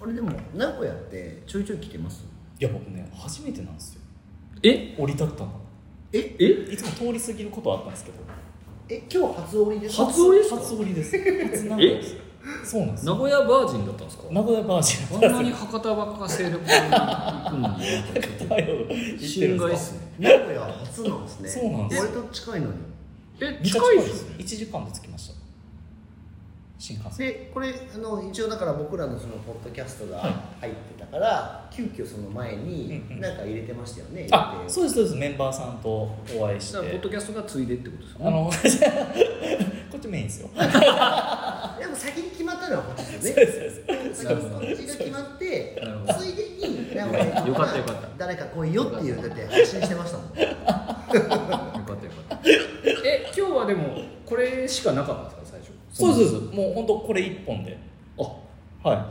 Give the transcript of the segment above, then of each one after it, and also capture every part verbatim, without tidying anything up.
あれでも名古屋ってちょいちょい来てます？ いや僕ね初めてなんですよ。 え降り立ったの。 ええいつも通り過ぎることはあったんですけど。 え今日初降りですか？ 初降りですか？ 初降りです。初名古屋です。そうなんですよ。 名古屋バージンだったんですか？ 名古屋バージンあんなに博多ばっか勢力に行くのに心外っすね。 名古屋初なんですね。 そうなんですよ。 割と近いのに。 え近近いでいですすね。いちじかんで着きました。新幹線。 でこれあの一応だから僕らのそのポッドキャストが入ってたから、はい、急遽その前に何か入れてましたよね。 うんうん、あ、そうですそうです。メンバーさんとお会いして。 ポッドキャストがついでってことですよね。 あのこっちメインですよ。 でも先に決まったのはこっちですよね。そうですそうです。先にこっちが決まってついでに名古屋によかったよかった誰か来いよっていうだって配信してましたもん。よかったよかった。え今日はでもこれしかなかったんですか最初？ そうですそうです。もう本当これ一本で。 あはい。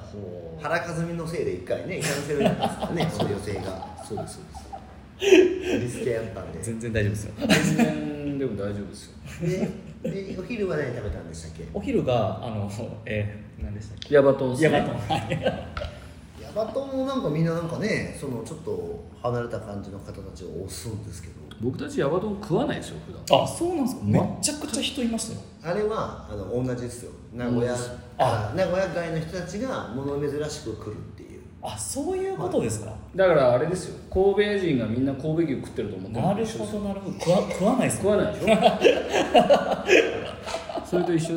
原和美のせいで一回ねキャンセルになったんですからね。そういうせいが。 そうですそうです。 リスケやったんで。 全然大丈夫ですよ。 全然でも大丈夫ですよ。 ででお昼は何食べたんでしたっけ？ お昼があのえー、何でしたっけ？ ヤバトン。 ヤバトン。 ヤバトンもなんかみんななんかねそのちょっと離れた感じの方たちを推すんですけど。 僕たちヤバトン食わないですよ普段。 あ、そうなんですか。めっちゃくちゃ人いましたよ。 あれはあの同じですよ。名古屋あ名古屋外の人たちが物珍しく来るっていう。 あ、そういうことですか。はい、 だからあれですよ。神戸人がみんな神戸牛食ってると思ってる。 なるほどなるほど。食わ食わないです、 ね。食わないでしょ。それと一緒です。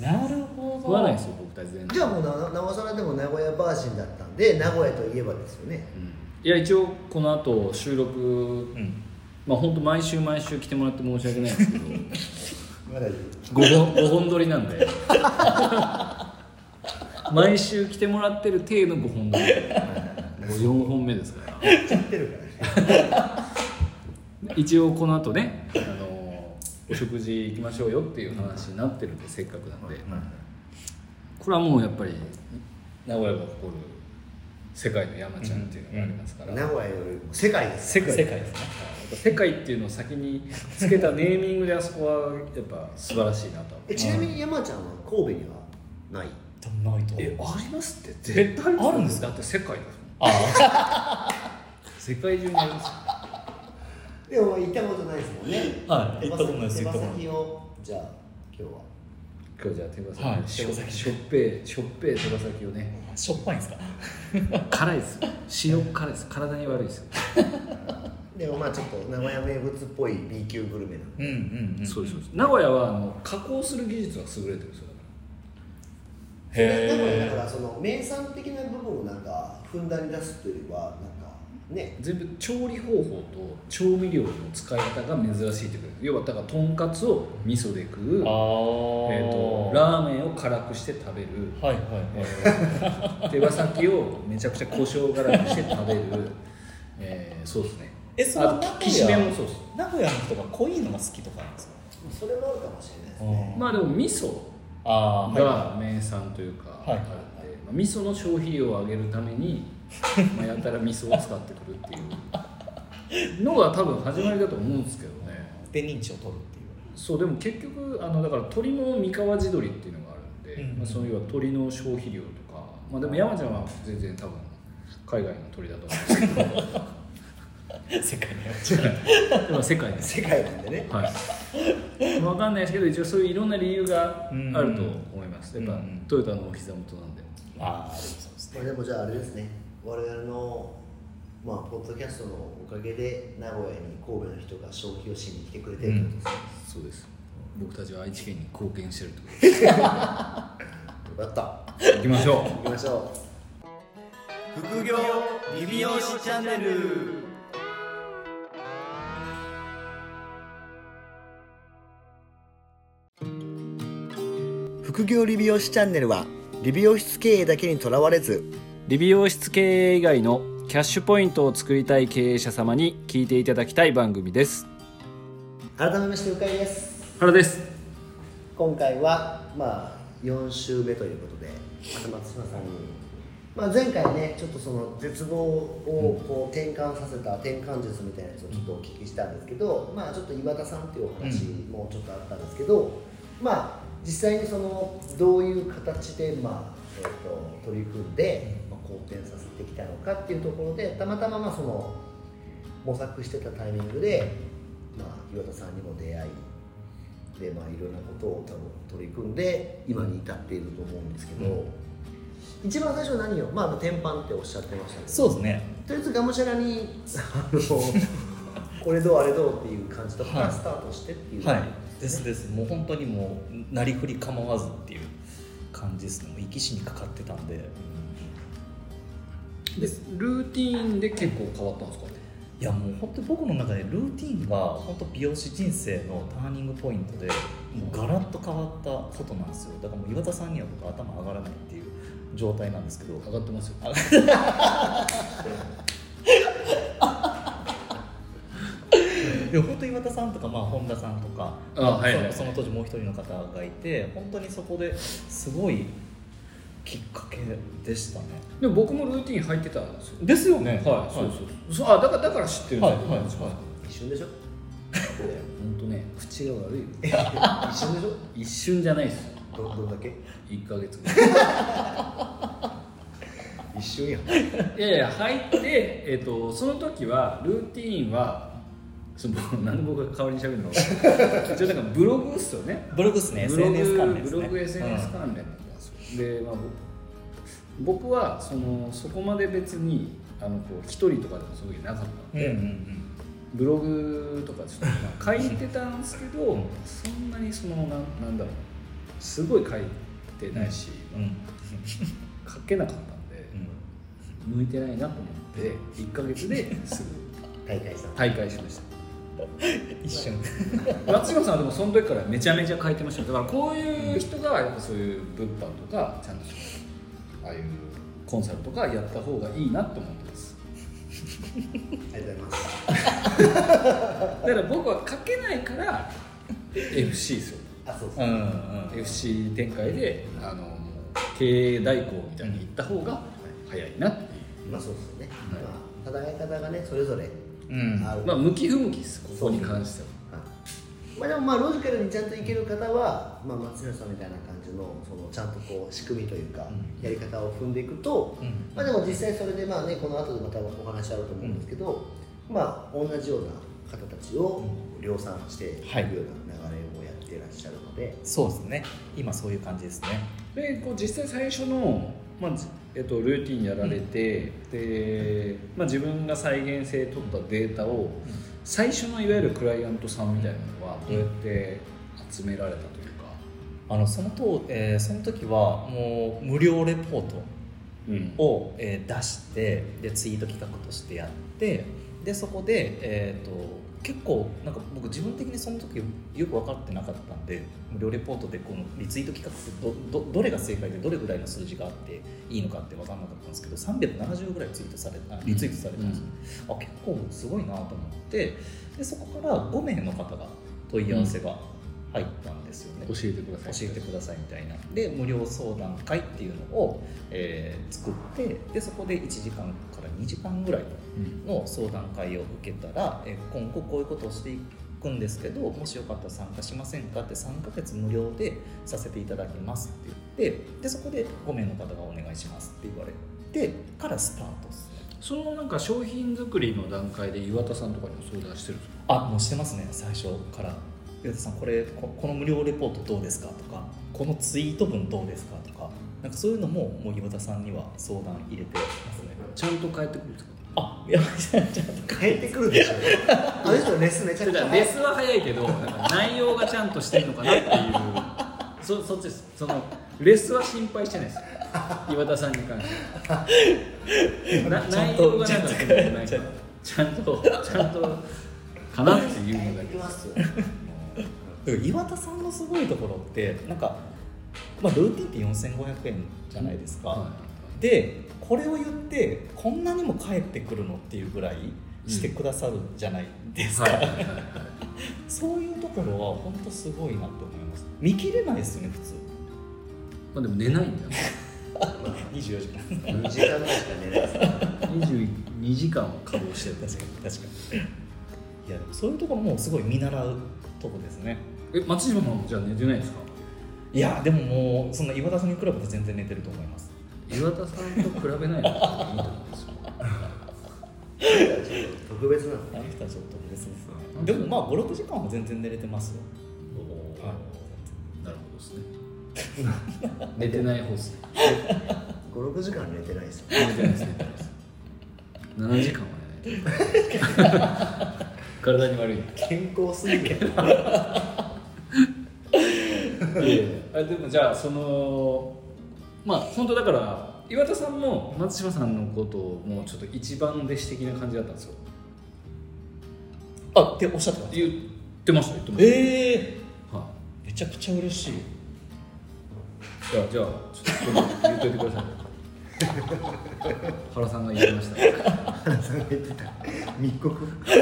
なるほど。 食わないですよ僕たち全然。 じゃあもうななおさらでも名古屋バージンだったんで名古屋といえばですよね。 うん、いや一応この後収録。うん、まあ本当毎週毎週来てもらって申し訳ないんですけどごほんごほん撮りなんで毎週来てもらってる体のごほん撮りもうよんほんめですからやっちゃってるからね一応この後ねあのお食事行きましょうよっていう話になってるんでせっかくなんで、これはもうやっぱり名古屋が誇る世界の山ちゃんっていうのがありますから、 うん、名古屋よりも世界です世界ですね。 世界っていうのを先につけたネーミングであそこはやっぱ素晴らしいなと。 えちなみに山ちゃんは神戸にはない？ ないと。 えありますって絶対あるんですか？ だって世界だもん。 あ世界中にありますよ。 でも行ったことないですもんね。 はい行ったことないです。 手羽先をじゃあ今日は今日じゃあ手羽先、 はい、 しょしょっぺいしょっぺい手羽先をね。 しょっぱいんですか？ 辛いです。塩辛いです。体に悪いですよ。 でもまあちょっと名古屋名物っぽい B 級グルメなんで。 うんうんうん。 そうですそうです。名古屋はあの加工する技術が優れてるんですよ。 へ名古屋だからその名産的な部分をなんかふんだんに出すというよりはなんかね全部調理方法と調味料の使い方が珍しいってことです。要はだからとんかつを味噌で食う、 あえーとラーメンを辛くして食べる、 はいはい、 えー、手羽先をめちゃくちゃ胡椒辛くして食べる、えー、そうですね。 えその名きしめんもそうです。 名古屋の人が濃いのが好きとかなんですか？ それもあるかもしれないですね。 まあでも味噌あが名産というか、 はいはいはい、 まあ、味噌の消費量を上げるために、まあ、やたら味噌を使ってくるっていうのが多分始まりだと思うんですけどね。 で認知を取るっていう。 そうでも結局あのだから鶏の三河地鶏っていうのがあるんで、うんうん、まあ、そういう鶏の消費量とか、まあ、でも山ちゃんは全然多分海外の鳥だと思うんですけど世界のでも世界世界なんでね、 はい、分かんないですけど一応そういういろんな理由があると思います。やっぱ、うんうん、トヨタのお膝元なんで。 ああそうですね。 でもじゃああれですね、我々のまあポッドキャストのおかげで名古屋に神戸の人が消費をしに来てくれてるってことですね、 うん、そうです。僕たちは愛知県に貢献してるってことですよかった行きましょう行きましょう。副業リビオシチャンネル。 副業理美容師チャンネルは理美容室経営だけにとらわれず理美容室経営以外のキャッシュポイントを作りたい経営者様に聞いていただきたい番組です。 改めましてうかいです。 原です。 今回はまあよん週目ということで松島さんに、まあ、前回ねちょっとその絶望をこう転換させた転換術みたいなやつをちょっとお聞きしたんですけど、まあちょっと岩田さんっていうお話もちょっとあったんですけど、まあ実際にそのどういう形で、まあえー、と取り組んで、まあ、好転させてきたのかっていうところでたまたままあその模索してたタイミングで、まあ、岩田さんにも出会いで、まあ、いろんなことを多分取り組んで今に至っていると思うんですけど、うん、一番最初は何を、まあ、天板っておっしゃってましたけど、 そうですね、 とりあえずがむしゃらにあのこれどうあれどうっていう感じとかからスタートしてっていう、 はい、はい、ですですもう本当にもうなりふり構わずっていう感じですね。もう生き死にかかってたんで、 でルーティーンで結構変わったんですか？ いやもう本当に僕の中でルーティーンが本当美容師人生のターニングポイントでもうガラッと変わったことなんですよ。だからもう岩田さんには僕頭上がらないっていう状態なんですけど、 上がってますよでも本当岩田さんとか、まあ、本田さんとかあ、はいはいはい、 その当時もう一人の方がいて本当にそこですごいきっかけでしたね。 でも僕もルーティン入ってたんですよ。 ですよね。 はい、そうそうそう。あ、だからだから知ってるんですよ。 はいはいはい、 一瞬でしょ。 本当ね、口が悪いよ。 一瞬でしょ。 一瞬じゃないですよ。 どどんだけ？ 一ヶ月ぐらい。 一瞬やん。 いやいや入ってえっ、ー、とその時はルーティーンはそのなんで僕が代わりに喋るの？一応なんかブログっすよね。 ブログっすね。 ブログエスエヌエス 関連ですね。 ブログ エスエヌエス 関連なんですよ。で、まあ僕はそのそこまで別にあのこう一人とかでもすごいなかったので、うんうんうん、ブログとかちょっとまあ書いてたんですけど、うん、そんなにそのなんなんだろうすごい書いてないし、うんうん、書けなかったんで、うん、向いてないなと思っていっかげつですぐ大会した大会しました。 一瞬松島さんはでもその時からめちゃめちゃ書いてました。だからこういう人がやっぱそういう物販とかちゃんとああいうコンサルとかやった方がいいなと思ってます。 ありがとうございます。 だから僕は書けないから エフシー ですよ。 あ、そうそう、 うんうん、エフシー 展開であの経営代行みたいに行った方が早いなっていう。 まあそうですよね。はい、まあ、戦い方がねそれぞれうん、まあ向き不向きです。ここに関しては。 まあ、でもまあロジカルにちゃんといける方は、まあ、松村さんみたいな感じの、そのちゃんとこう仕組みというか、うん、やり方を踏んでいくと、うん、まあ、でも実際それでまあねこの後でまたお話あると思うんですけど、うん、まあ同じような方たちを量産していくような流れをやっていらっしゃるので、 はい、そうですね。今そういう感じですね。 でこう実際最初の、まあえっと、ルーティンやられて、うん、で、まあ、自分が再現性取ったデータを、うん、最初のいわゆるクライアントさんみたいなのはどうやって集められたというか、 あのそのと、えー、その時はもう無料レポートを、うんえー、出してでツイート企画としてやってでそこで、えー、と結構なんか僕自分的にその時よく分かってなかったんで無料レポートでこのリツイート企画ってど、ど、どれが正解でどれぐらいの数字があっていいのかって分からなかったんですけどさんびゃくななじゅうぐらいツイートされリツイートされたんですよ、うん、あ結構すごいなと思ってでそこからごめいの方が問い合わせが入ったんですよね、 うん、教えてください教えてくださいみたいなで無料相談会っていうのを、えー、作ってでそこでいちじかんからにじかんぐらいの相談会を受けたら、えー、今後こういうことをしていくんですけどもしよかったら参加しませんかってさんかげつ無料でさせていただきますって言ってでそこでごめいの方がお願いしますって言われてからスタートですね。 そのなんか商品作りの段階で岩田さんとかにも相談してるんですか？ あ、もうしてますね。最初から岩田さんこれ こ, この無料レポートどうですかとかこのツイート文どうですかとかなんかそういうのももう岩田さんには相談入れてますね。 ちゃんと返ってくるんですか？ あ、いやちゃんと返ってくるでしょあの人レスめちゃくちゃレスは早いけどなんか内容がちゃんとしてるのかなっていうそ, そっちです。そのレスは心配してないです岩田さんに関してな内容がなんかないからちゃんとちゃんとかなっていうのだけです岩田さんのすごいところってなんか、まあ、ルーティンってよんせんごひゃくえんじゃないですか、うんはい、でこれを言ってこんなにも返ってくるのっていうぐらいしてくださるじゃないですか、うんはいはいはい、そういうところは本当すごいなと思います。見切れないですよね普通。 まあでも寝ないんだよにじゅうよじかんにじかんぐらいしか寝ないですねにじゅうにじかんは稼働してる。 確かに確かにいやそういうところもすごい見習うとこですね。 え、松島さんもじゃあ寝てないですか？ いやでももうそんな岩田さんに比べて全然寝てると思います。 岩田さんと比べないのがいいと思うんですよ。 特別なの。 あの人はちょっと特別ですね。でもまあご、ろくじかんは全然寝れてますよ。 はい、なるほどですね。寝てない方ですね。 ご、ろくじかん寝てないですよ。 寝てないですね。ななじかんは寝ないと体に悪い。 健康すぎる。 いやあでもじゃあそのまあ本当だから岩田さんも松島さんのことをもうちょっと一番弟子的な感じだったんですよ。 あっておっしゃってます。 言ってました言ってました。 ええー、はめちゃくちゃ嬉しい。 い。じゃあじゃあちょっと言っといてください。原さんが言いました。 原さんが言ってた。密告。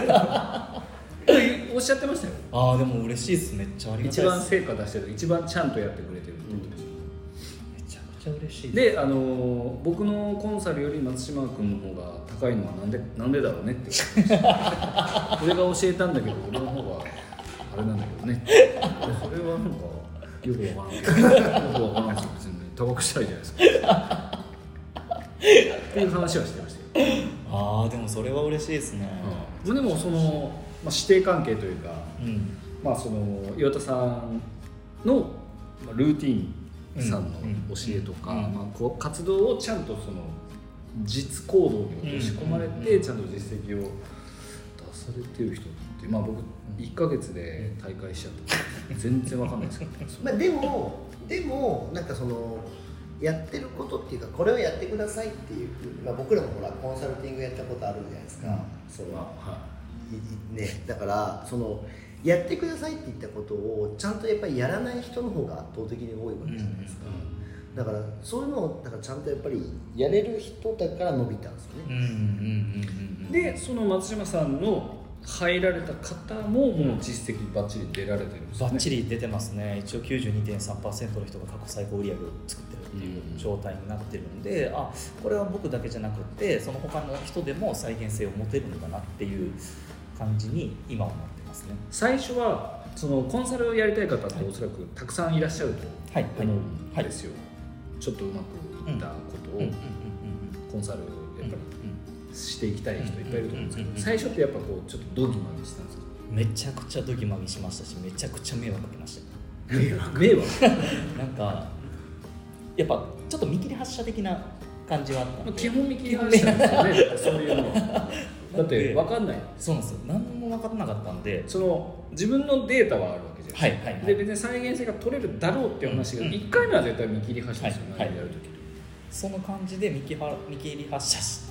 おっしゃってましたよ。 ああでも嬉しいです。めっちゃありがたいです。 一番成果出してる一番ちゃんとやってくれてるって言ってました。 めちゃくちゃ嬉しいで、あの僕のコンサルより松島君の方が高いのはなんでなんでだろうねって言ってました俺が教えたんだけど俺の方があれなんだけどねそれはなんかよくわからないよくわからないですよ別に高くしたいじゃないですかっていう話はしてましたよ。 ああでもそれは嬉しいですね。 うん、でもその、まあ、師弟関係というか、 うんまあその岩田さんのまあルーティンさんの教えとか、 うんうんまあ、こう活動をちゃんとその実行動に落とし込まれてちゃんと実績を出されてる人って、まあ、僕いっかげつで大会しちゃって全然わかんないですけど、ねまあでもでもなんかそのやってることっていうかこれをやってくださいっていう、まあ、僕らもほらコンサルティングやったことあるじゃないですか、うん、その、はいね、だからそのやってくださいって言ったことをちゃんとやっぱりやらない人の方が圧倒的に多いわけじゃないですか、うん、だからそういうのをだからちゃんとやっぱりやれる人だから伸びたんですよね、うんうんうんうん、でその松島さんの入られた方ももう実績バッチリ出られてるんですね。 バッチリ出てますね。一応 きゅうじゅうにてんさんパーセント の人が過去最高売上を作ってるっていう状態になってるんで、うん、あこれは僕だけじゃなくてその他の人でも再現性を持てるんだなっていう感じに今はなってますね。 最初はそのコンサルをやりたい方っておそらくたくさんいらっしゃると思うんですよ。ちょっとうまくいったことをコンサルやっぱりしていきたい人いっぱいいると思うんですけど、最初ってやっぱこうちょっとドギマギしたんですか？ めちゃくちゃドギマギしましたし、めちゃくちゃ迷惑かけました。 迷惑迷惑なんかやっぱちょっと見切り発車的な感じはあったんで、 基本見切り発車ですよねそういうのだって分かんない。 そうなんですよ。何も分からなかったんで、 その自分のデータはあるわけじゃないですか、はいはいはい、で別に再現性が取れるだろうっていう話が、うん、いっかいめは絶対見切り発車ですよね、はいはい、やるときその感じで見切り発車して、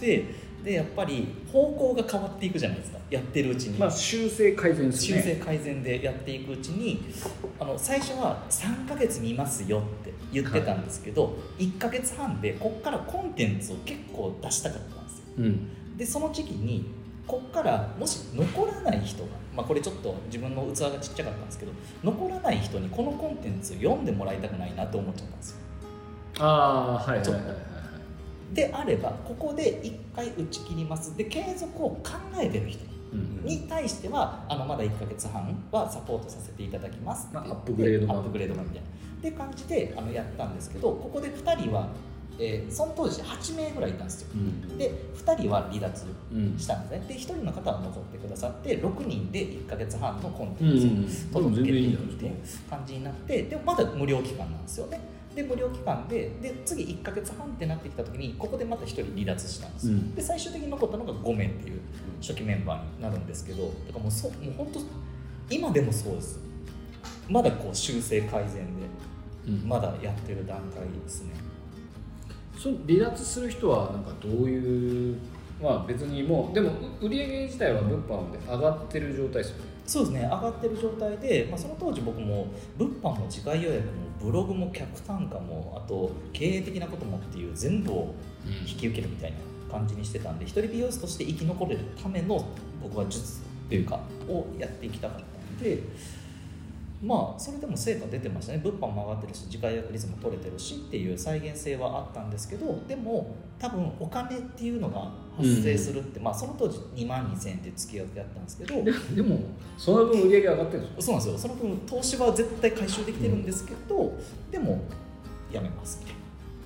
でやっぱり方向が変わっていくじゃないですか、やってるうちに、 まあ、修正改善ですね。 修正改善でやっていくうちにあの最初はさんかげつ見ますよって言ってたんですけど、はい、いっかげつはんでこっからコンテンツを結構出したかったんですよ、うん、でその時期にこっからもし残らない人が、まあ、これちょっと自分の器がちっちゃかったんですけど、残らない人にこのコンテンツを読んでもらいたくないなと思っちゃったんですよ。 ああはいはいはいはい。 であればここでいっかい打ち切ります。で継続を考えてる人に対しては、うんうん、あのまだいっかげつはんはサポートさせていただきますって、まあ、アップグレードアップグレードみたいなって感じであのやったんですけど、ここでふたりは、えー、その当時はちめいぐらいいたんですよ、うん、でふたりは離脱したんですね、うん、でひとりの方は残ってくださってろくにんでいっかげつはんのコンテンツを届けていくっていう感じになって、でもまだ無料期間なんですよね。で無料期間 で, で次いっかげつはんってなってきた時にここでまたひとり離脱したんですよ、うん、で最終的に残ったのがごめいっていう初期メンバーになるんですけど、だからもうそもう本当今でもそうです。まだこう修正改善でまだやってる段階ですね、 うん、その離脱する人はなんかどういう、まあ別にもうでも売上自体は物販で上がってる状態ですよね。 そうですね、上がってる状態で、まあ、その当時僕も物販も次回予約もブログも客単価もあと経営的なこともっていう全部を引き受けるみたいな感じにしてたんで、一人美容師として生き残れるための僕は術っていうかをやっていきたかったんで、まあそれでも成果出てましたね。物販も上がってるし次回予約率も取れてるしっていう再現性はあったんですけど、でも多分お金っていうのが発生するって、うん、まあその当時にまんにせんえんで付き合ってやったんですけど、 で, でもその分売り上げ上がってるんですよ。そうなんですよ。その分投資は絶対回収できてるんですけど、うん、でもやめますみたいな。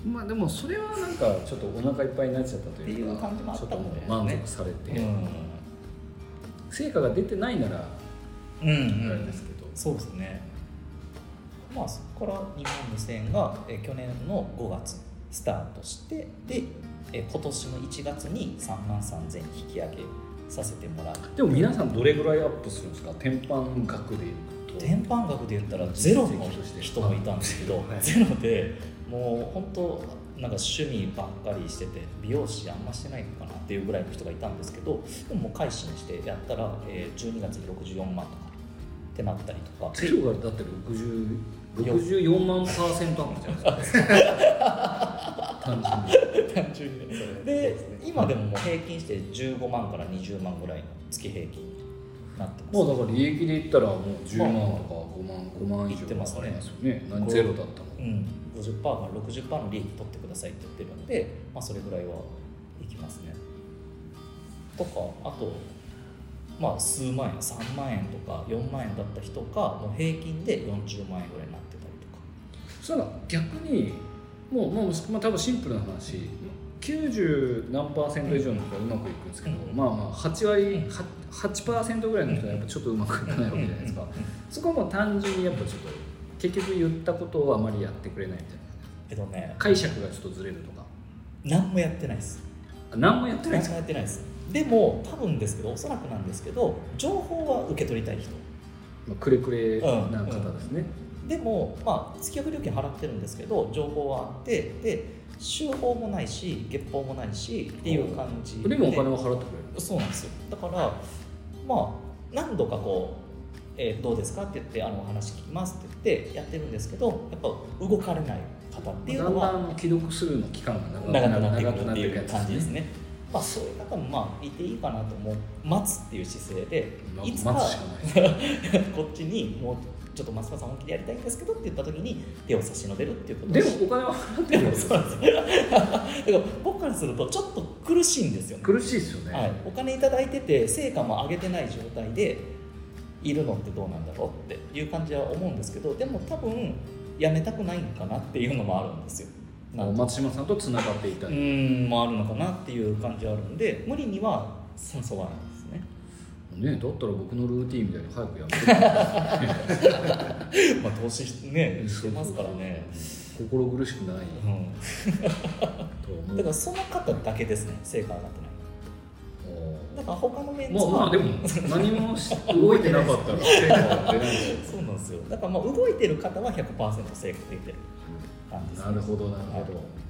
まあでもそれはなんかちょっとお腹いっぱいになっちゃったというかっていう感じもあったちょっとので、ね、 満足されて、 うん、 成果が出てないならうんうん、 あれですけど、 そうですね。まあそこからにまんにせんえんが、え去年のごがつスタートして、でえ今年のいちがつにさんまんさんぜん引き上げさせてもらう。 でも皆さんどれぐらいアップするんですか？天板額でいうと。 天板額で言ったらゼロの人もいたんですけど、ゼロでもう本当なんか趣味ばっかりしてて美容師あんましてないのかなっていうぐらいの人がいたんですけど、でももう改心してやったら、えー、じゅうにがつにろくじゅうよんまんとかってなったりとか。 ゼロがだってろくじゅう、ろくじゅうよんまんパーセントアップじゃないですか単純に単純にね。で今でももう平均してじゅうごまんからにじゅうまんぐらいの月平均になってます。 もうだから利益で言ったらもうじゅうまんとかごまん、ごまん以上いってますね。 ありますよね。何ゼロだったの。 うん、ごじゅっパーセント から ろくじゅっパーセント の利益取ってくださいって言ってるんで、まあ、それぐらいはいきますね。とかあとまあ数万円さんまんえんとかよんまんえんだった人がもう平均でよんじゅうまんえんぐらいになってたりとか。 そしたら逆にもう、もうまあ、多分シンプルな話きゅうじゅうなんパーセント以上の人はうまくいくんですけど、うん、まあまあはちわり はちパーセントぐらいの人はやっぱちょっとうまくいかないわけじゃないですか。そこはもう単純にやっぱちょっと結局言ったことをあまりやってくれないみたいな。 えっとね、 解釈がちょっとずれるとか。 何もやってないです。 何もやってないですか？ 何もやってないです。でも多分ですけど、おそらくなんですけど、情報は受け取りたい人、 まあ、くれくれな方ですね。 うんうん、でもまあ月額料金払ってるんですけど、情報はあってで週報もないし月報もないしっていう感じで。 でもお金は払ってくれる。 そうなんですよ。だからまあ何度かこう。えー、どうですかって言ってあのお話聞きますって言ってやってるんですけど、やっぱ動かれない方っていうのはだんだん既読するの期間が長くなってくるっていう感じですね。まあそういう方もまあいていいかなと思う。待つっていう姿勢で、 ま、 いつか待つしかないこっちにもうちょっと松村さん本気でやりたいんですけどって言った時に手を差し伸べるっていうことでもお金は払ってるんですよ。だから僕からするとちょっと苦しいんですよね。 苦しいですよね、 はい、お金いただいてて成果も上げてない状態でいるのってどうなんだろうっていう感じは思うんですけど、でも多分やめたくないのかなっていうのもあるんですよ。 松島さんとつながっていたりうんもあるのかなっていう感じはあるんで、無理には誘わないですね。 ね、だったら僕のルーティンみたいに早くやめてまあ投資ねしてますからね。 心苦しくない、 うん、だからその方だけですね、成果上がってない。だから他のメンツは、 まあ、まあでも何も動いてなかったら成果は出ないそうなんですよ。だからまあ動いてる方は ひゃくパーセント 成果できてる感じです、ね、 なるほどなるほ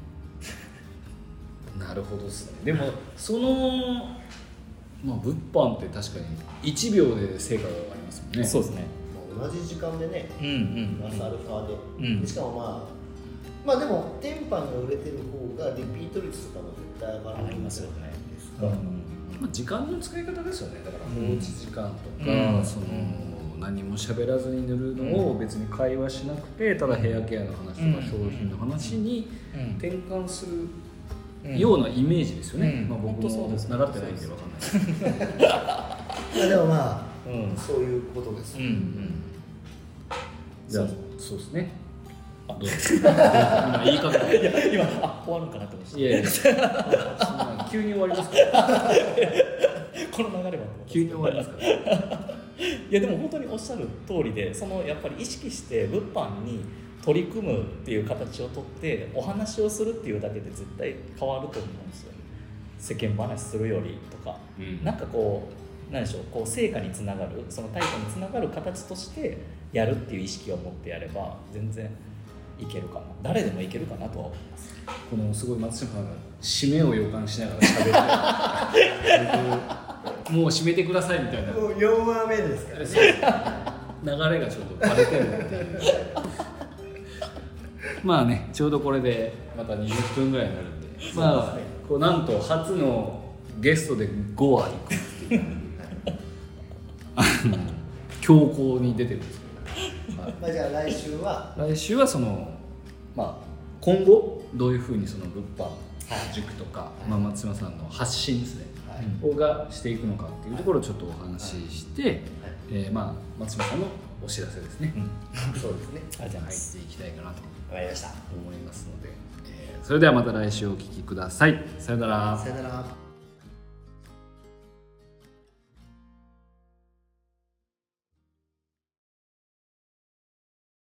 どなるほどですね。でもそのまあ物販って確かにいちびょうで成果が上がりますもんね。 そうですね。 同じ時間でね、 うんうんプラスアルファで、 うん、 でしかもまあまあでも天板が売れてる方がリピート率とかも絶対上がるんじゃないですか。 まあ、時間の使い方ですよね。だから放置時間とか、 うん、 その何も喋らずに塗るのを別に会話しなくて、ただヘアケアの話とか商品の話に転換するようなイメージですよね。うん、まあ、僕も習ってないんで分かんないですけどでもまあ、 うん、 そういうことです、ね。うんうん、 じゃあそうですね。 あ、どうです今言い方いや今あ終わるんかなって思いました。いやいや急に終わりますからこの流れは急に終わりますからいやでも本当におっしゃる通りで、そのやっぱり意識して物販に取り組むっていう形をとってお話をするっていうだけで絶対変わると思うんですよ。世間話するよりとか、うん、なんかこう何でしょう、こう成果につながる、その対価につながる形としてやるっていう意識を持ってやれば全然いけるかな、誰でもいけるかなとは思います。 このすごい松島さんが締めを予感しながら喋ってもう締めてくださいみたいな、 もうよんわめですからね流れがちょっとバレてるっていうまあね、ちょうどこれでまたにじゅっぷんぐらいになるんで、まあこうなんと初のゲストでごわいくっていう強行に出てるんですけど、はい、 まあじゃあ来週は来週はそのまあ今後どういうふうにその物販塾とか、はい、まあ、松島さんの発信ですね、はい、がしていくのかっていうところをちょっとお話しして、はい、えー、まあ松島さんのお知らせですね、 うん、そうですね、 入っていきたいかなと思いました思いますので、えー、 それではまた来週お聞きください。さよなら。 さよなら。